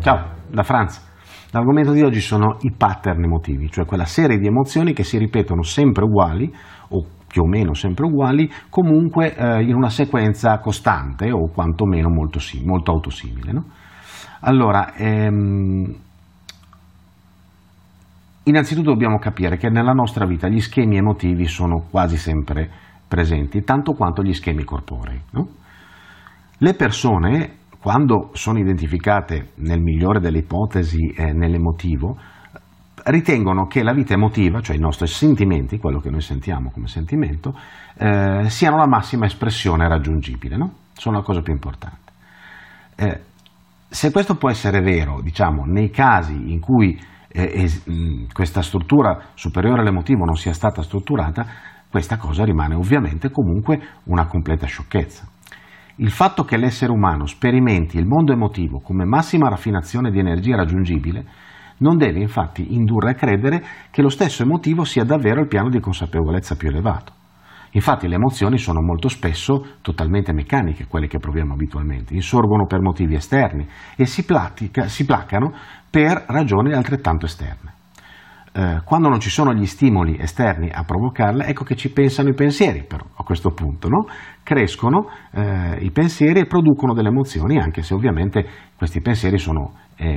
Ciao, da Franz. L'argomento di oggi sono i pattern emotivi, cioè quella serie di emozioni che si ripetono sempre uguali, o più o meno sempre uguali, comunque in una sequenza costante o quantomeno molto autosimile, no? Allora, innanzitutto dobbiamo capire che nella nostra vita gli schemi emotivi sono quasi sempre presenti, tanto quanto gli schemi corporei, no? Le persone, quando sono identificate nel migliore delle ipotesi nell'emotivo, ritengono che la vita emotiva, cioè i nostri sentimenti, quello che noi sentiamo come sentimento, siano la massima espressione raggiungibile, no? Sono la cosa più importante. Se questo può essere vero, diciamo, nei casi in cui questa struttura superiore all'emotivo non sia stata strutturata, questa cosa rimane ovviamente comunque una completa sciocchezza. Il fatto che l'essere umano sperimenti il mondo emotivo come massima raffinazione di energia raggiungibile non deve infatti indurre a credere che lo stesso emotivo sia davvero il piano di consapevolezza più elevato. Infatti le emozioni sono molto spesso totalmente meccaniche, quelle che proviamo abitualmente, insorgono per motivi esterni e si placano per ragioni altrettanto esterne. Quando non ci sono gli stimoli esterni a provocarle, ecco che ci pensano i pensieri, però a questo punto, no? Crescono i pensieri e producono delle emozioni, anche se ovviamente questi pensieri sono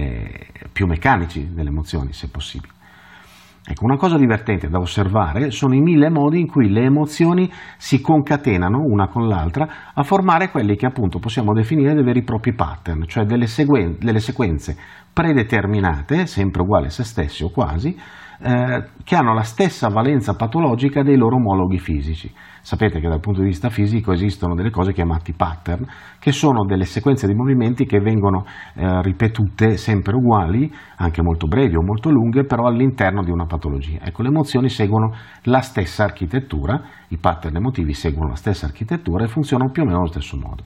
più meccanici delle emozioni, se possibile. Ecco, una cosa divertente da osservare sono i 1000 modi in cui le emozioni si concatenano una con l'altra a formare quelli che appunto possiamo definire dei veri e propri pattern, cioè delle sequenze predeterminate, sempre uguali a se stessi o quasi, che hanno la stessa valenza patologica dei loro omologhi fisici. Sapete che dal punto di vista fisico esistono delle cose chiamate pattern, che sono delle sequenze di movimenti che vengono ripetute sempre uguali, anche molto brevi o molto lunghe, però all'interno di una patologia. Ecco, le emozioni seguono la stessa architettura, i pattern emotivi seguono la stessa architettura e funzionano più o meno allo stesso modo.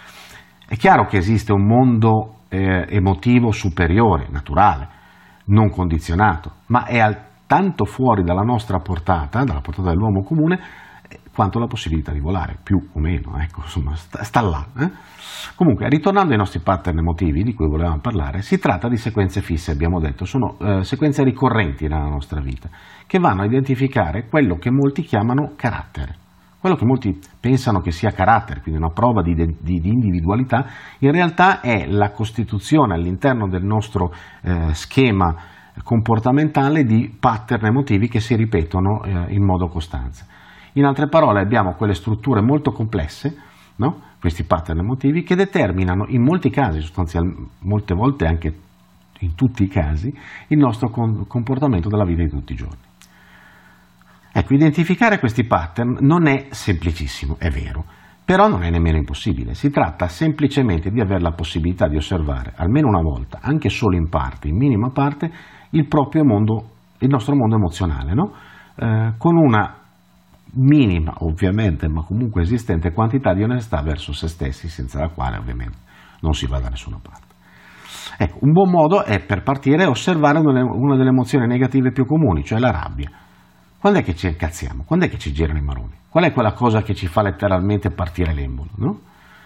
È chiaro che esiste un mondo emotivo superiore, naturale, non condizionato, ma è tanto fuori dalla nostra portata, dalla portata dell'uomo comune, quanto la possibilità di volare, più o meno, ecco, insomma, sta là. Comunque, ritornando ai nostri pattern emotivi di cui volevamo parlare, si tratta di sequenze fisse, abbiamo detto, sono sequenze ricorrenti nella nostra vita, che vanno a identificare quello che molti chiamano carattere. Quello che molti pensano che sia carattere, quindi una prova di individualità, in realtà è la costituzione all'interno del nostro schema comportamentale di pattern emotivi che si ripetono in modo costante. In altre parole, abbiamo quelle strutture molto complesse, no? Questi pattern emotivi, che determinano in molti casi, molte volte anche in tutti i casi, il nostro comportamento della vita di tutti i giorni. Ecco, identificare questi pattern non è semplicissimo, è vero, però non è nemmeno impossibile. Si tratta semplicemente di avere la possibilità di osservare, almeno una volta, anche solo in parte, in minima parte, il nostro mondo emozionale, no? Con una minima, ovviamente, ma comunque esistente quantità di onestà verso se stessi, senza la quale ovviamente non si va da nessuna parte. Ecco, un buon modo è, per partire, osservare una delle emozioni negative più comuni, cioè la rabbia. Quando è che ci incazziamo? Quando è che ci girano i maroni? Qual è quella cosa che ci fa letteralmente partire l'embolo, no?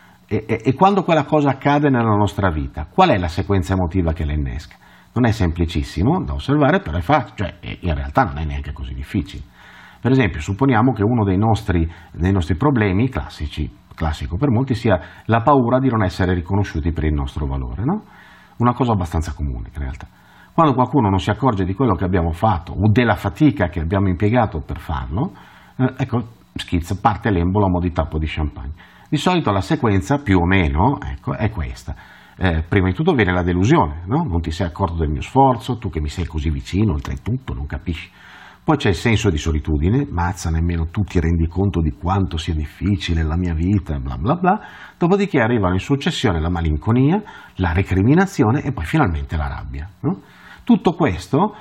E quando quella cosa accade nella nostra vita, qual è la sequenza emotiva che la innesca? Non è semplicissimo da osservare, però è facile, cioè in realtà non è neanche così difficile. Per esempio, supponiamo che uno dei nostri problemi classico per molti, sia la paura di non essere riconosciuti per il nostro valore, no? Una cosa abbastanza comune in realtà. Quando qualcuno non si accorge di quello che abbiamo fatto o della fatica che abbiamo impiegato per farlo, ecco, parte l'embolo a mo' di tappo di champagne. Di solito la sequenza, più o meno, ecco, è questa. Prima di tutto viene la delusione, no? Non ti sei accorto del mio sforzo, tu che mi sei così vicino, oltretutto non capisci. Poi c'è il senso di solitudine, mazza, nemmeno tu ti rendi conto di quanto sia difficile la mia vita, bla bla bla. Dopodiché arrivano in successione la malinconia, la recriminazione e poi finalmente la rabbia, no? Tutto questo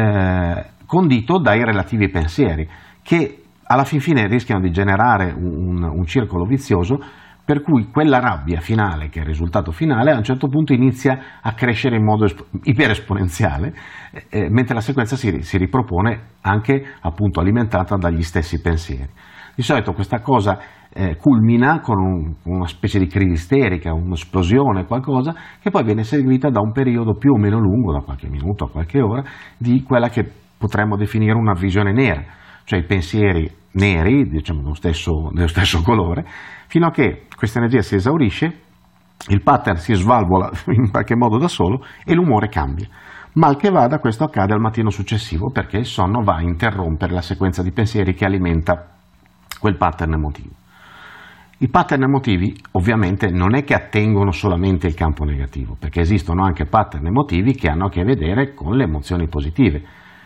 condito dai relativi pensieri, che alla fin fine rischiano di generare un circolo vizioso, per cui quella rabbia finale, che è il risultato finale, a un certo punto inizia a crescere in modo iperesponenziale, mentre la sequenza si ripropone anche appunto alimentata dagli stessi pensieri. Di solito questa cosa culmina con una specie di crisi isterica, un'esplosione, qualcosa che poi viene seguita da un periodo più o meno lungo, da qualche minuto a qualche ora, di quella che potremmo definire una visione nera, cioè i pensieri neri, diciamo dello stesso colore, fino a che questa energia si esaurisce, il pattern si svalvola in qualche modo da solo e l'umore cambia. Mal che vada, questo accade al mattino successivo perché il sonno va a interrompere la sequenza di pensieri che alimenta quel pattern emotivo. I pattern emotivi ovviamente non è che attengono solamente il campo negativo, perché esistono anche pattern emotivi che hanno a che vedere con le emozioni positive.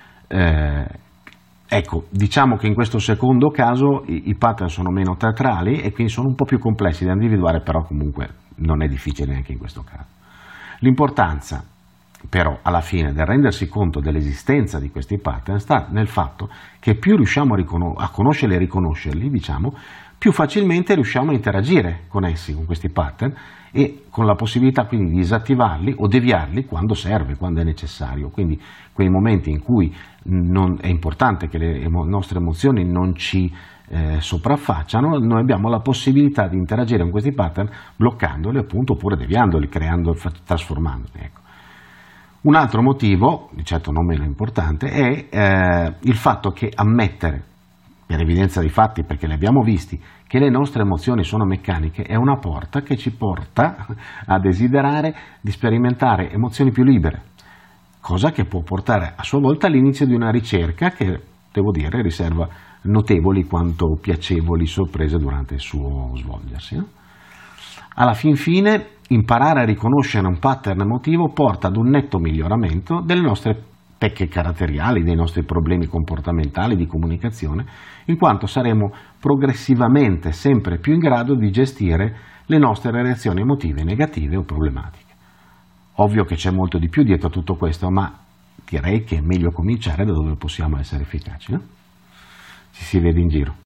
Ecco, diciamo che in questo secondo caso i pattern sono meno teatrali e quindi sono un po' più complessi da individuare, però comunque non è difficile neanche in questo caso. L'importanza però alla fine del rendersi conto dell'esistenza di questi pattern sta nel fatto che più riusciamo a conoscerli e riconoscerli, diciamo, più facilmente riusciamo a interagire con essi, con questi pattern, e con la possibilità quindi di disattivarli o deviarli quando serve, quando è necessario. Quindi quei momenti in cui è importante che le nostre emozioni non ci sopraffacciano, noi abbiamo la possibilità di interagire con questi pattern bloccandoli appunto, oppure deviandoli, trasformandoli. Ecco. Un altro motivo, di certo non meno importante, è il fatto che ammettere, per evidenza dei fatti, perché li abbiamo visti, che le nostre emozioni sono meccaniche, è una porta che ci porta a desiderare di sperimentare emozioni più libere, cosa che può portare a sua volta all'inizio di una ricerca che, devo dire, riserva notevoli quanto piacevoli sorprese durante il suo svolgersi. Alla fin fine, imparare a riconoscere un pattern emotivo porta ad un netto miglioramento delle nostre pecche caratteriali, dei nostri problemi comportamentali di comunicazione, in quanto saremo progressivamente sempre più in grado di gestire le nostre reazioni emotive negative o problematiche. Ovvio che c'è molto di più dietro a tutto questo, ma direi che è meglio cominciare da dove possiamo essere efficaci, no? Ci si vede in giro.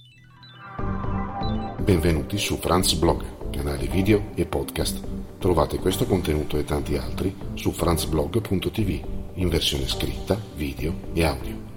Benvenuti su Franz Blog, canale video e podcast. Trovate questo contenuto e tanti altri su franzblog.tv in versione scritta, video e audio.